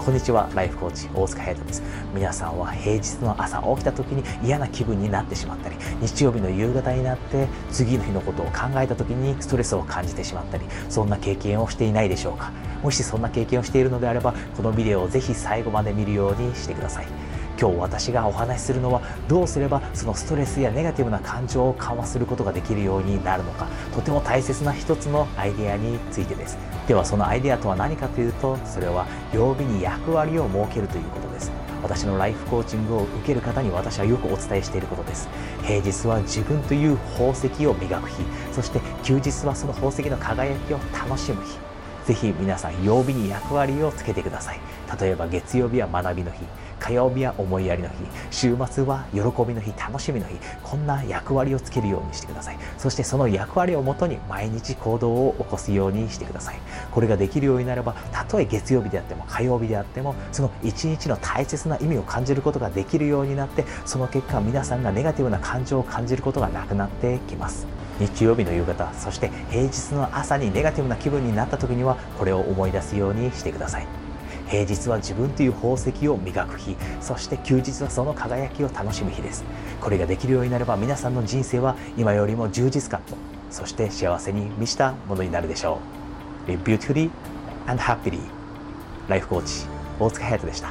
こんにちは、ライフコーチ大塚隼人です。皆さんは平日の朝起きた時に嫌な気分になってしまったり、日曜日の夕方になって次の日のことを考えた時にストレスを感じてしまったり、そんな経験をしていないでしょうか。もしそんな経験をしているのであれば、このビデオをぜひ最後まで見るようにしてください。今日私がお話しするのは、どうすればそのストレスやネガティブな感情を緩和することができるようになるのか、とても大切な一つのアイデアについてです。ではそのアイデアとは何かというと、それは曜日に役割を設けるということです。私のライフコーチングを受ける方に私はよくお伝えしていることです。平日は自分という宝石を磨く日、そして休日はその宝石の輝きを楽しむ日。ぜひ皆さん曜日に役割をつけてください。例えば月曜日は学びの日、火曜日は思いやりの日、週末は喜びの日、楽しみの日、こんな役割をつけるようにしてください。そしてその役割をもとに毎日行動を起こすようにしてください。これができるようになれば、たとえ月曜日であっても火曜日であっても、その一日の大切な意味を感じることができるようになって、その結果皆さんがネガティブな感情を感じることがなくなってきます。日曜日の夕方、そして平日の朝にネガティブな気分になった時には、これを思い出すようにしてください。平日は自分という宝石を磨く日、そして休日はその輝きを楽しむ日です。これができるようになれば、皆さんの人生は今よりも充実感と、そして幸せに満ちたものになるでしょう。Live beautifully and happily。ライフコーチ大塚隼人でした。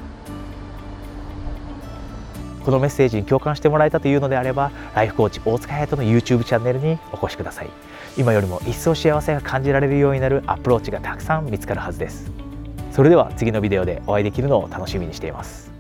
このメッセージに共感してもらえたというのであれば、ライフコーチ大塚隼人の YouTube チャンネルにお越しください。今よりも一層幸せが感じられるようになるアプローチがたくさん見つかるはずです。それでは次のビデオでお会いできるのを楽しみにしています。